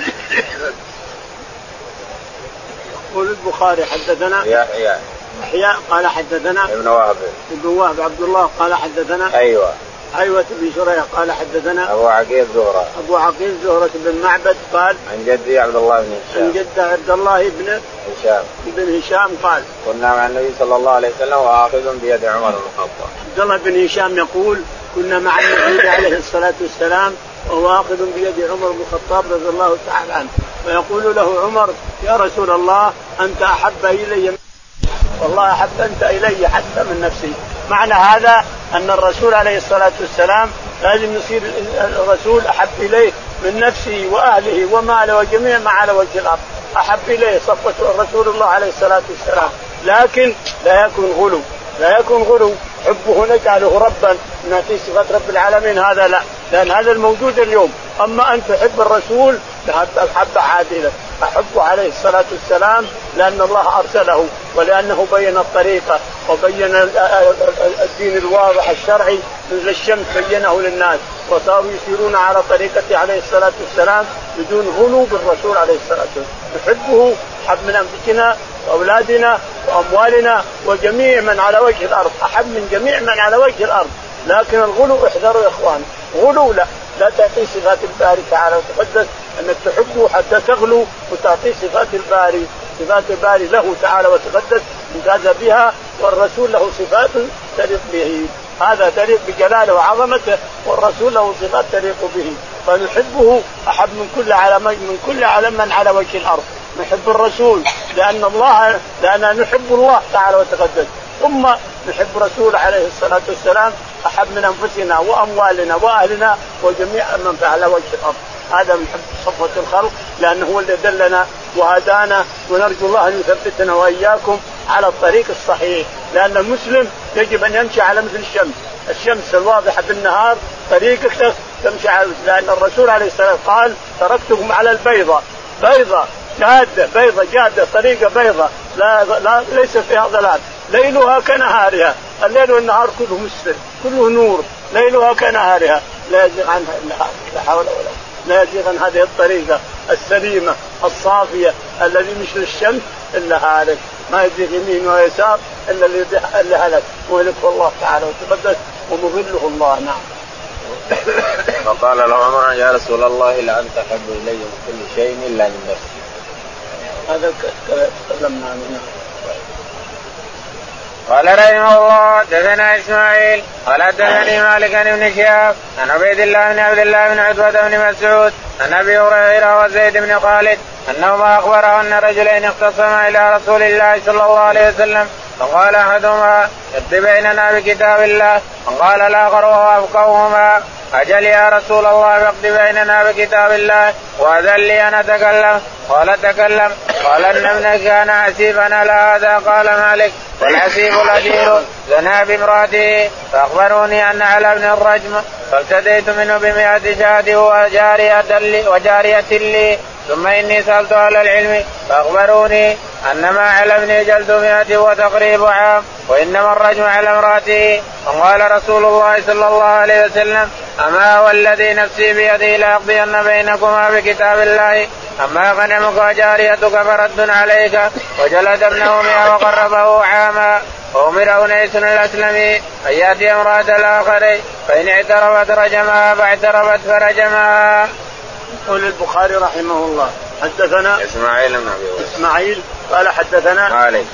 يقول البخاري حدثنا يحيى قال حدثنا ابن وهب عبد الله قال حدثنا أيوة بن شريح قال حدثنا أبو عقيل زهرة بن معبد قال عن جدي عبد الله بن هشام عن جد عبد الله بن هشام قال كنا مع النبي صلى الله عليه وسلم وآخذ بيد عمر بن الخطاب. عبد الله بن هشام يقول كنا مع النبي عليه الصلاة والسلام وهو آخذ بيد عمر بن الخطاب رضي الله تعالى عنه ويقول له عمر يا رسول الله أنت أحب إلي والله أحب أنت إلي حتى من نفسي. معنى هذا أن الرسول عليه الصلاة والسلام لازم يصير الرسول أحب إليه من نفسه وأهله وماله وجميع ما على وجه الأرض أحب إليه صفوة رسول الله عليه الصلاة والسلام. لكن لا يكون غلو حبه نجعله ربا نعطيه صفات رب العالمين هذا لا، لأن هذا الموجود اليوم. أما أن تحب الرسول الحب عادلة أحبه عليه الصلاة والسلام لأن الله أرسله ولأنه بين الطريقة وبين الدين الواضح الشرعي مثل الشمس بينه للناس وصاروا يسيرون على طريقته عليه الصلاة والسلام بدون غلو بالرسول عليه الصلاة والسلام. نحبه حب من أنفسنا وأولادنا وأموالنا وجميع من على وجه الأرض أحب من جميع من على وجه الأرض. لكن الغلو احذروا يا إخوان، غلو لا تعطي صفات الباري تعالى وتقدس أنك تحبه حتى تغلو وتعطي صفات الباري له تعالى وتقدس ممتاز بها والرسول له صفات تليق به. هذا تليق بجلاله وعظمته والرسول له صفات تليق به. فنحبه أحب من كل علم من على وجه الأرض. نحب الرسول لأننا نحب الله تعالى وتقدس ثم نحب رسول عليه الصلاة والسلام أحب من أنفسنا وأموالنا وأهلنا وجميع من على وجه الأرض. هذا نحب صفوة الخلق لأنه هو الذي دلنا وهدانا ونرجو الله أن يثبتنا وإياكم على الطريق الصحيح. لأن المسلم يجب أن يمشي على مثل الشمس الواضحة بالنهار طريقك تمشي على، لأن الرسول عليه الصلاة والسلام قال تركتكم على البيضة جادة طريقة بيضة لا ليس فيها ظلام ليلها كنهارها. الليل والنهار كله مسفر كله نور ليلها كنهارها لا يزيغ عنها إلا لا حول ولا قوة لا يزيغ عن هذه الطريقة السليمة الصافية الذي مثل الشمس إلا هالك ما يزيغ يمين ويسار إلا اللي هلك وهلك الله تعالى وتقدس ومظله الله. نعم. فقال له عمر يا رسول الله لأنت أحب إلي من كل شيء إلا من نفسي. هذا تكلمنا عنه. قال رحمه الله حدثنا إسماعيل قال حدثني مالك بن شهاب عن عبيد الله بن عبد الله بن عتبة بن مسعود عن أبي هريرة وزيد بن خالد أنهما أخبره أن رجلين اختصما إلى رسول الله صلى الله عليه وسلم فقال أحدهما اقض بيننا بكتاب الله وقال الآخر وهو أفقههما أجل يا رسول الله فاقض بيننا بكتاب الله وأذن لي أن أتكلم. قال تكلم. قال إن كان عسيفا على هذا. قال مالك والعسيف الأجير زنى بامرأته فأخبروني أن على ابن الرجم فابتديت منه ب100 شاة وجارية لي ثم إني سألت أهل العلم فأخبروني أن ما على ابني جلد 100 وتقريب عام وإنما الرجم على امرأته. وقال رسول الله صلى الله عليه وسلم أما والذي نفسي بيده لأقضين بينكما بكتاب الله أما غنمك وجاريتك فرد عليك. وجلد ابنه 100 وقربه عاما. وأمر أنيس الأسلمي أن يأتي امرأة الآخر فإن اعترفت رجمها فاعترفت فرجمها. يقول البخاري رحمه الله حدثنا إسماعيل قال حدثنا مالك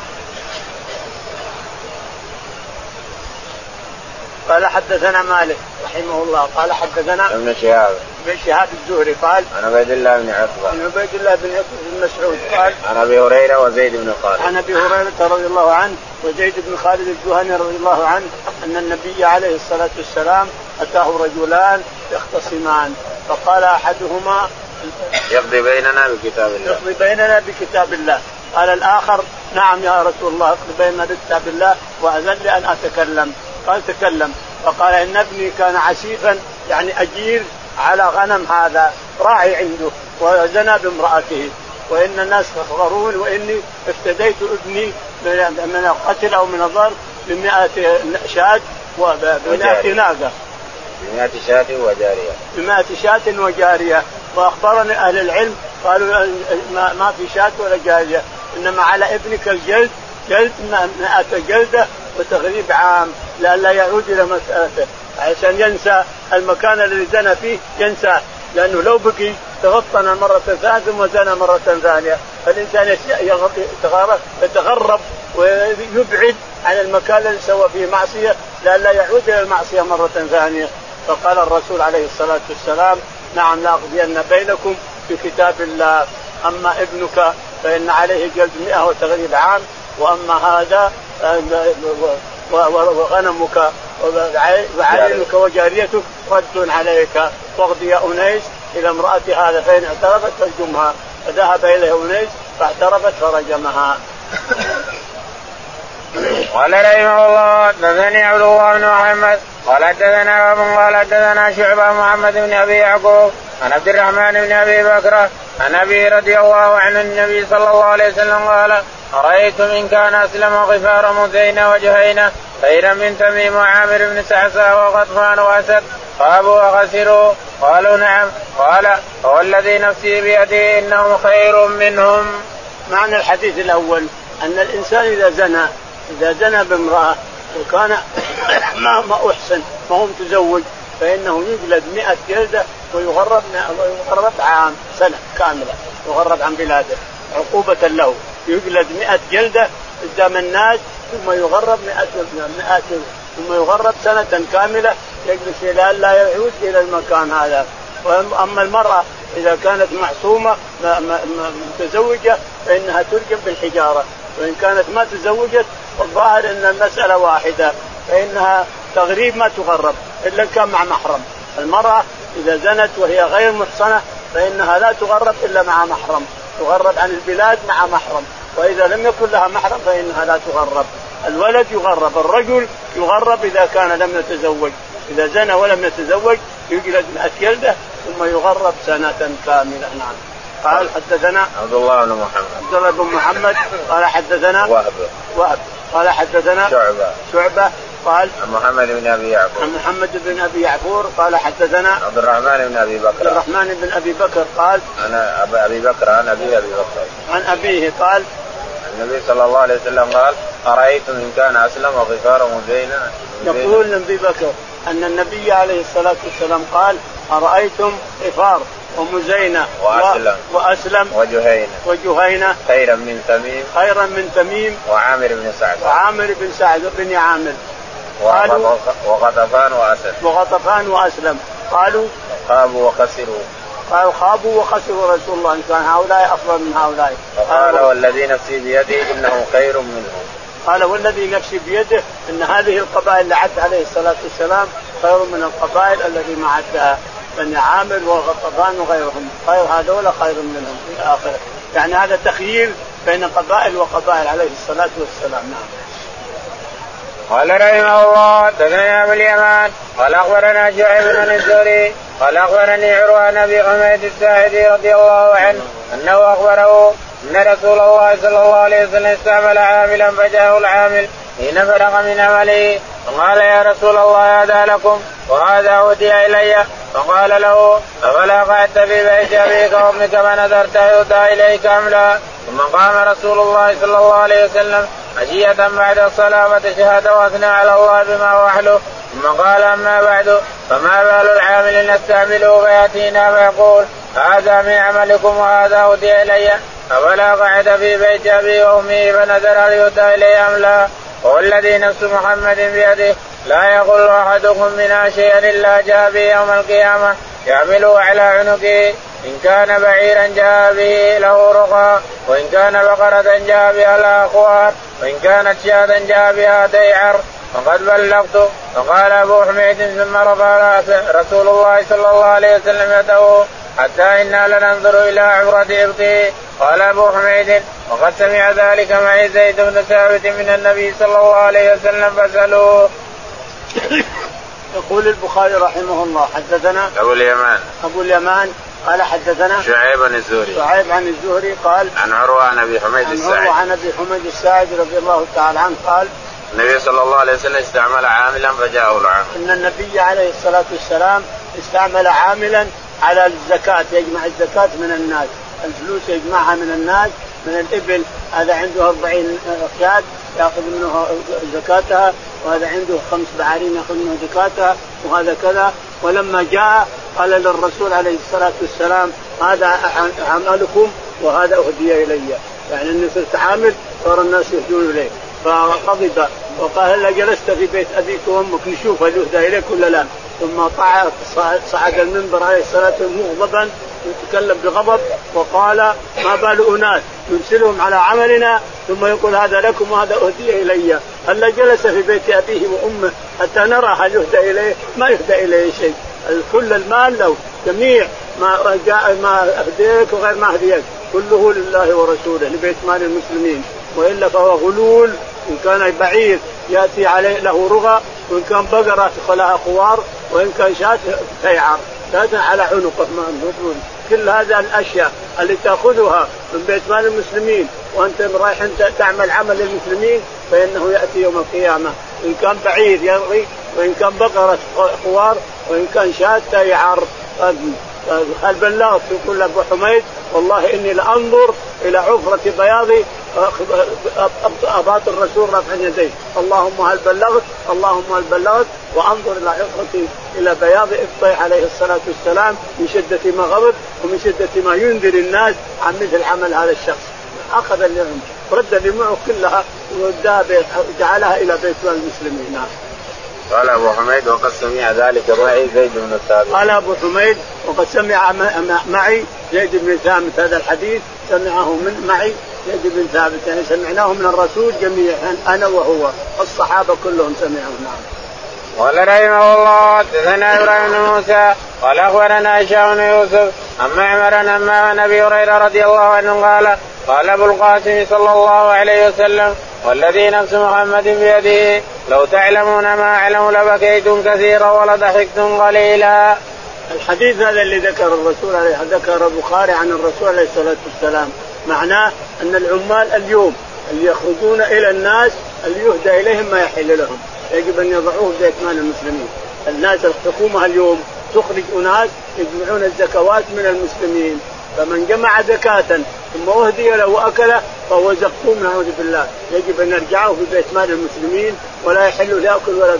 قال حدثنا مالك رحمه الله قال حدثنا ابن شهاب الزهري قال عن عبيد الله بن عتبة بن مسعود قال عن أبي هريرة وزيد بن خالد عن أبي هريرة رضي الله عنه وزيد بن خالد الجهني رضي الله عنه أن النبي عليه الصلاة والسلام أتاه رجلان يختصمان فقال أحدهما يقضي بيننا بكتاب الله. يقضي بيننا بكتاب الله. قال الآخر نعم يا رسول الله اقضي بيننا بكتاب الله وأذن لي أن أتكلم. قال تكلم. فقال إن ابني كان عسيفا يعني أجير على غنم هذا راعي عنده وزنى بامرأته وإن الناس فخرون وإني افتديت ابني من القتل أو من الضرب ب100 شاة وب100 ناقة. 100 شاة وجارية. 100 شاة وجارية. وأخبرني أهل العلم قالوا ما في شاة ولا جارية إنما على ابنك الجلد 100 جلدة وتغريب عام لئلا يعود إلى مسألته عشان ينسى المكان الذي زنى فيه ينسى لأنه لو بقي تغطن مرة ثانية ثم زنى مرة ثانية فالإنسان يتغرب ويبعد عن المكان الذي سوى فيه معصية لئلا يعود إلى المعصية مرة ثانية. فقال الرسول عليه الصلاة والسلام نعم لأقضين بينكم في كتاب الله. أما ابنك فإن عليه جلد 100 وتغريب عام وأما هذا وغنمك وعينك وجاريتك رد عليك. واغضي يا أنيس إلى امرأة هذا فإن اعترفت فارجمها. فذهب إليه أنيس فاعترفت فرجمها. قال رحمه الله حدثني عبد الله بن محمد قال حدثنا وابن قال حدثنا شعبة محمد بن أبي يعقوب عن عبد الرحمن بن أبي بكر عن أبي رضي الله عنه النبي صلى الله عليه وسلم قال أرأيتم إن كان أسلم غفار مزينة وجهينة خيرا من تميم وعامر بن سعسع وغطفان وأسد خابوا وخسروا. قالوا نعم. قال هو الذي نفسي بيده إنهم خير منهم. معنى الحديث الأول أن الإنسان إذا زنى بامرأة وكان ما أحسن ما هو متزوج فإنه يجلد 100 جلدة ويغرب عام سنة كاملة يغرب عن بلاده عقوبة له. يجلد 100 جلدة قدام الناس ثم يغرب 100 ثم يغرب سنة كاملة يجلس إلى لا يعود إلى المكان هذا. أما المرأة إذا كانت معصومة متزوجة فإنها ترجم بالحجارة وإن كانت ما تزوجت والظاهر أن المسألة واحدة فإنها تغريب ما تغرب إلا كان مع محرم. المرأة إذا زنت وهي غير محصنة فإنها لا تغرب إلا مع محرم تغرب عن البلاد مع محرم وإذا لم يكن لها محرم فإنها لا تغرب. الولد يغرب الرجل يغرب إذا كان لم يتزوج إذا زنى ولم يتزوج يجلد 100 جلدة ثم يغرب سنة كاملة. نعم. قال حدثنا عبد الله بن محمد قال حدثنا وهب قال حدثنا شعبة قال محمد بن أبي يعفور قال حدثنا عبد الرحمن بن أبي بكر قال أنا أبي بكر عن أبي بكر عن أبيه قال النبي صلى الله عليه وسلم قال أرأيتم إن كان أسلم غفار مزينة. يقول أبي بكر أن النبي عليه الصلاة والسلام قال أرأيتم غفار ومزينة وأسلم وجهينة خيرا من تميم وعامر بن سعد بن عامر وغطفان وأسلم. قالوا خابوا وخسروا رسول الله إن كان هؤلاء أفضل من هؤلاء. قال والذي نفسي بيده إنه خير منهم. قال والذي نفسي بيده إن هذه القبائل اللي عد عليه الصلاة والسلام خير من القبائل التي ما عدها بني عامر وغطفان وغيرهم خير هذول خير منهم في آخره. يعني هذا تخيير بين قبائل وقبائل عليه الصلاة والسلام. نعم. قال رحمه الله حدثنا أبو اليمان قال أخبرنا شعيب بن الزهري قال أخبرني عروة بن أبي حميد الساعدي رضي الله عنه أنه أخبره أن رسول الله صلى الله عليه وسلم استعمل عاملا فجاءه العامل حين فرغ من عمله فقال يا رسول الله هذا لكم وهذا أهدي إلي. فقال له أفلا قعدت في بيت أبيك وابنك فنذرت يؤتى إليك أم لا. ثم قام رسول الله صلى الله عليه وسلم عشية بعد الصلاة فتشهد وأثنى على الله بما هو أهله ثم قال أما بعد فما بال العامل نستعمله فيأتينا فيقول هذا من عملكم وهذا أهدي إلي. أفلا قعد في بيت أبي وأمي فنذر ليؤتى إلي أم لا. والذي نفس محمد بيده لا يقول أحدكم منها شيئا إلا جاء به يوم القيامة يعمله على عنقه إن كان بعيرا جاء به له رقى وإن كان بقرة جاء بها الأخوار وإن كانت شاة جاء بها ديعر وقد بلغت. فقال أبو حميد ثم رفع رسول الله صلى الله عليه وسلم يده حتى إنا لننظر إلى عبرة إبطه. قال أبو حميد وقد سمع ذلك معي زيد بن ثابت من النبي صلى الله عليه وسلم فسألوه. يقول البخاري رحمه الله حدثنا أبو اليمان قال حدثنا شعيب عن الزهري قال عن عروة عن أبي حميد الساعدي رضي الله تعالى عنه قال النبي صلى الله عليه وسلم استعمل عاملا فجاءه العامل. إن النبي عليه الصلاة والسلام استعمل عاملا على الزكاة يجمع الزكاة من الناس، الفلوس يجمعها من الناس من الإبل، هذا عنده 40 أخياد يأخذ منه زكاتها، وهذا عنده 5 بعارين يأخذ منه زكاتها، وهذا كذا. ولما جاء قال للرسول عليه الصلاة والسلام هذا عملكم وهذا أهدي إلي، يعني أني صرت عامل صار الناس يهدون إليه. فغضب وقال هل جلست في بيت أبيك وأمك نشوف هل يهدى إليك ولا لا؟ ثم صعد المنبر عليه الصلاة والسلام مغضبا يتكلم بغضب وقال ما بال أناس يرسلهم على عملنا ثم يقول هذا لكم وهذا أهدي إلي. هل جلس في بيت أبيه وأمه حتى نرى هل يهدى إليه؟ ما يهدى إليه شيء، كل المال له، جميع ما جاء ما أهديك وغير ما أهديك كله لله ورسوله لبيت مال المسلمين، وإلا فهو غلول. إن كان بعير يأتي عليه له رغى، وإن كان بقرة لها خوار، وإن كان شاة تيعر تأتي على عنقه. كل هذه الأشياء اللي تأخذها من بيت مال المسلمين وأنت رايح تعمل عمل للمسلمين فإنه يأتي يوم القيامة إن كان بعير يرغي، وإن كان بقرة خوار، وإن كان شاة تيعر. هل بلغت؟ يقول أبو حميد والله إني لأنظر إلى عفرة بياض أباط الرسول رفع يديه، اللهم هل بلغت، اللهم هل بلغت، وأنظر إلى عفرة إلى بياض إبطه عليه الصلاة والسلام من شدة ما غضب ومن شدة ما ينذر الناس عن مثل عمل هذا الشخص. أخذ اليوم رد دموعه كلها وجعلها إلى بيت المسلمين. قال أبو حميد وقد سمع ذلك معي زيد بن ثابت. قال أبو حميد وقد سمع معي زيد بن ثابت، هذا الحديث سمعه من معي زيد بن ثابت، يعني سمعناه من الرسول جميعا أنا وهو، الصحابة كلهم سمعوا. نعم. قال رحمه الله حدثنا إبراهيم بن موسى قال أخبرنا هشام بن يوسف عن معمر عن أبي هريرة رضي الله عنه قال قال أبو القاسم صلى الله عليه وسلم والذي نفس محمد بيده لو تعلمون ما أعلم لبكيتم كثيرا ولضحكتم قليلا. الحديث هذا اللي ذكر الرسول عليه ذكر البخاري عن الرسول عليه الصلاة والسلام معناه أن العمال اليوم اللي يخرجون إلى الناس اللي يهدى إليهم ما يحل لهم يجب أن يضعوه في بيت مال المسلمين. الناس الحكومة اليوم تخرج أناس يجمعون الزكوات من المسلمين، فمن جمع زكاة ثم أهدي له وأكله فهو زقوم نعوذ بالله، يجب أن يرجعه في بيت مال المسلمين ولا يحل يأكل ولا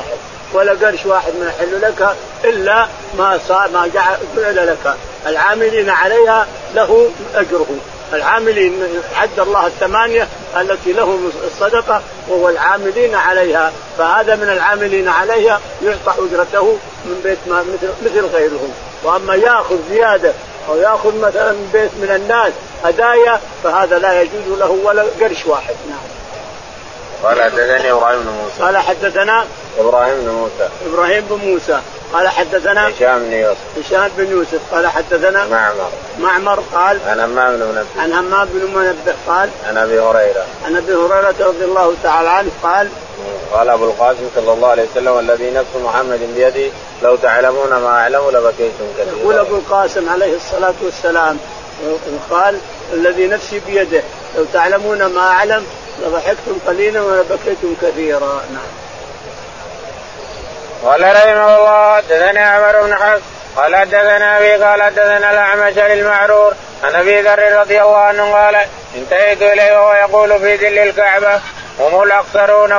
قرش واحد ما يحل لك إلا ما جعل لك. العاملين عليها له أجره، العاملين عد الله 8 التي لهم الصدقة وهو العاملين عليها، فهذا من العاملين عليها يعطى أجرته من بيت ما مثل غيرهم. وأما يأخذ زيادة أو يأخذ مثلا من بيت من الناس هدايا فهذا لا يجوز له ولا قرش واحد. نعم. قال حدثني إبراهيم بن موسى قال حدثنا إبراهيم بن موسى قال حدثنا هشام بن يوسف قال حدثنا معمر قال عن همام بن منبه قال عن أبي هريرة رضي الله تعالى عنه قال أبو القاسم صلى الله عليه وسلم والذي نفس محمد بيده لو تعلمون ما أعلم لبكيتم كثيرا. يقول أبو القاسم عليه الصلاة والسلام قال الذي نفسي بيده لو تعلمون ما أعلم لضحكتم قليلا ولبكيتم كثيرا. نعم. قال رحمه الله حدثنا عمر بن حفص قال حدثنا أبي قال حدثنا الأعمش للمعرور عن أبي ذر رضي الله عنه قال انتهيت إليه وهو يقول في ذل الكعبة هم الأقصرون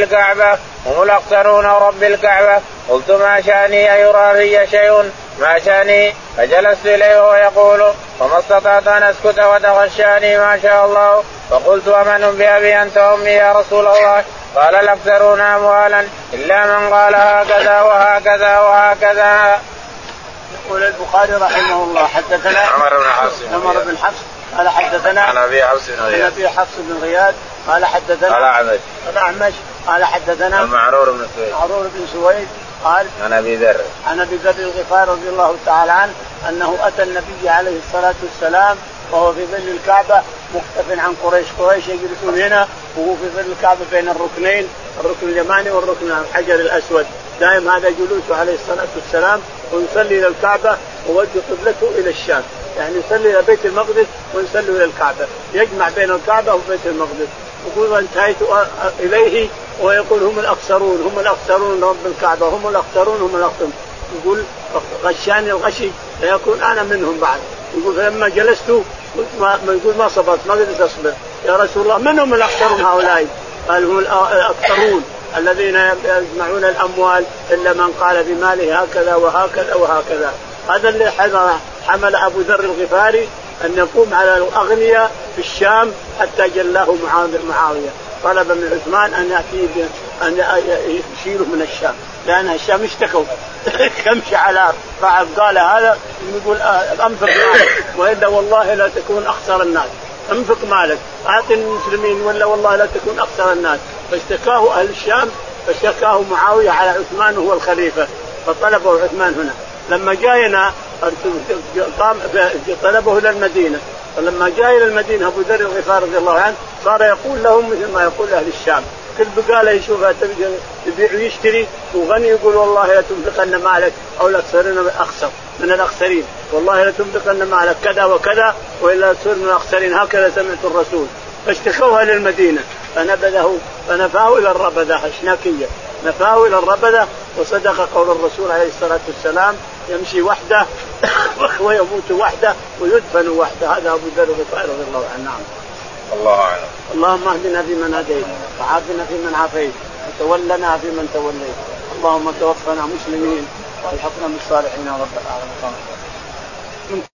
ورب الكعبة قلت ما شأني أيرى في شيء ما شأني فجلست إليه وهو يقول وما استطعت أن أسكت وتغشاني ما شاء الله فقلت ومن بأبي أنت وأمي يا رسول الله قال الأكثرون أموالا إلا من قال هكذا وهكذا. يقول البخاري رحمه الله حدثنا عمر بن حفص قال حدثنا عن أبي حفص بن غياث قال حدثنا الأعمش قال حدثنا معرور بن سويد قال عن ابي ذر الغفاري رضي الله تعالى عنه انه اتى النبي عليه الصلاه والسلام وهو في ظل الكعبه مختف عن قريش يجلسون هنا وهو في ظل الكعبه بين الركنين، الركن اليماني والركن الحجر الاسود، دائم هذا جلوسه عليه الصلاه والسلام، ويصلي الى الكعبه ووجه قبلته الى الشام، يعني يصلي الى بيت المقدس ويصلي الى الكعبه، يجمع بين الكعبه وبيت المقدس. يقول انتهيت اليه ويقول هم الاخسرون رب الكعبه، هم الاخسرون. يقول غشاني الغشي فيكون انا منهم بعد. يقول فلما جلست يقول ما صبرت، ما قدرت اصبر يا رسول الله، من هم الاخسرون هؤلاء؟ قال هم الاكثرون الذين يجمعون الاموال الا من قال بماله هكذا وهكذا وهكذا. هذا اللي حمل ابو ذر الغفاري ان يقوم على الاغنياء في الشام حتى جلاه معاويه، طلب من عثمان ان ياتيه ان يشيله من الشام، لان الشام اشتكوا كم شعلات قال هذا يقول انفق مالك والا والله لا تكون اخسر الناس، انفق مالك اعطي المسلمين ولا والله لا تكون اخسر الناس. فاشتكاه اهل الشام، فاشتكاه معاويه على عثمان وهو الخليفه، فطلبه عثمان هنا. لما جاءنا طلبه الى المدينه، فلما جاء الى المدينه ابو ذر الغفاري رضي الله عنه صار يقول لهم مثل ما يقول اهل الشام، كل بقاله يشوفها يبيع ويشتري وغني يقول والله لا تنفقن مالك او لا تصيرن اخسر من الاخسرين، والله لا تنفقن مالك كذا وكذا والا تصير من الاخسرين، هكذا سمعت الرسول. فاشتكوها للمدينه فنفاه الى الربذه الشناكيه، نفاه الى الربذه. وصدق قول الرسول عليه الصلاه والسلام يمشي وحده ويموت وحده ويدفن وحده. هذا ابو ذر الغفاري رضي الله عنه. نعم. الله أعلم. اللهم اهدنا فيمن هديت وعافنا فيمن عافيت وتولنا فيمن توليت، اللهم توفنا مسلمين والحقنا بالصالحين رب العالمين.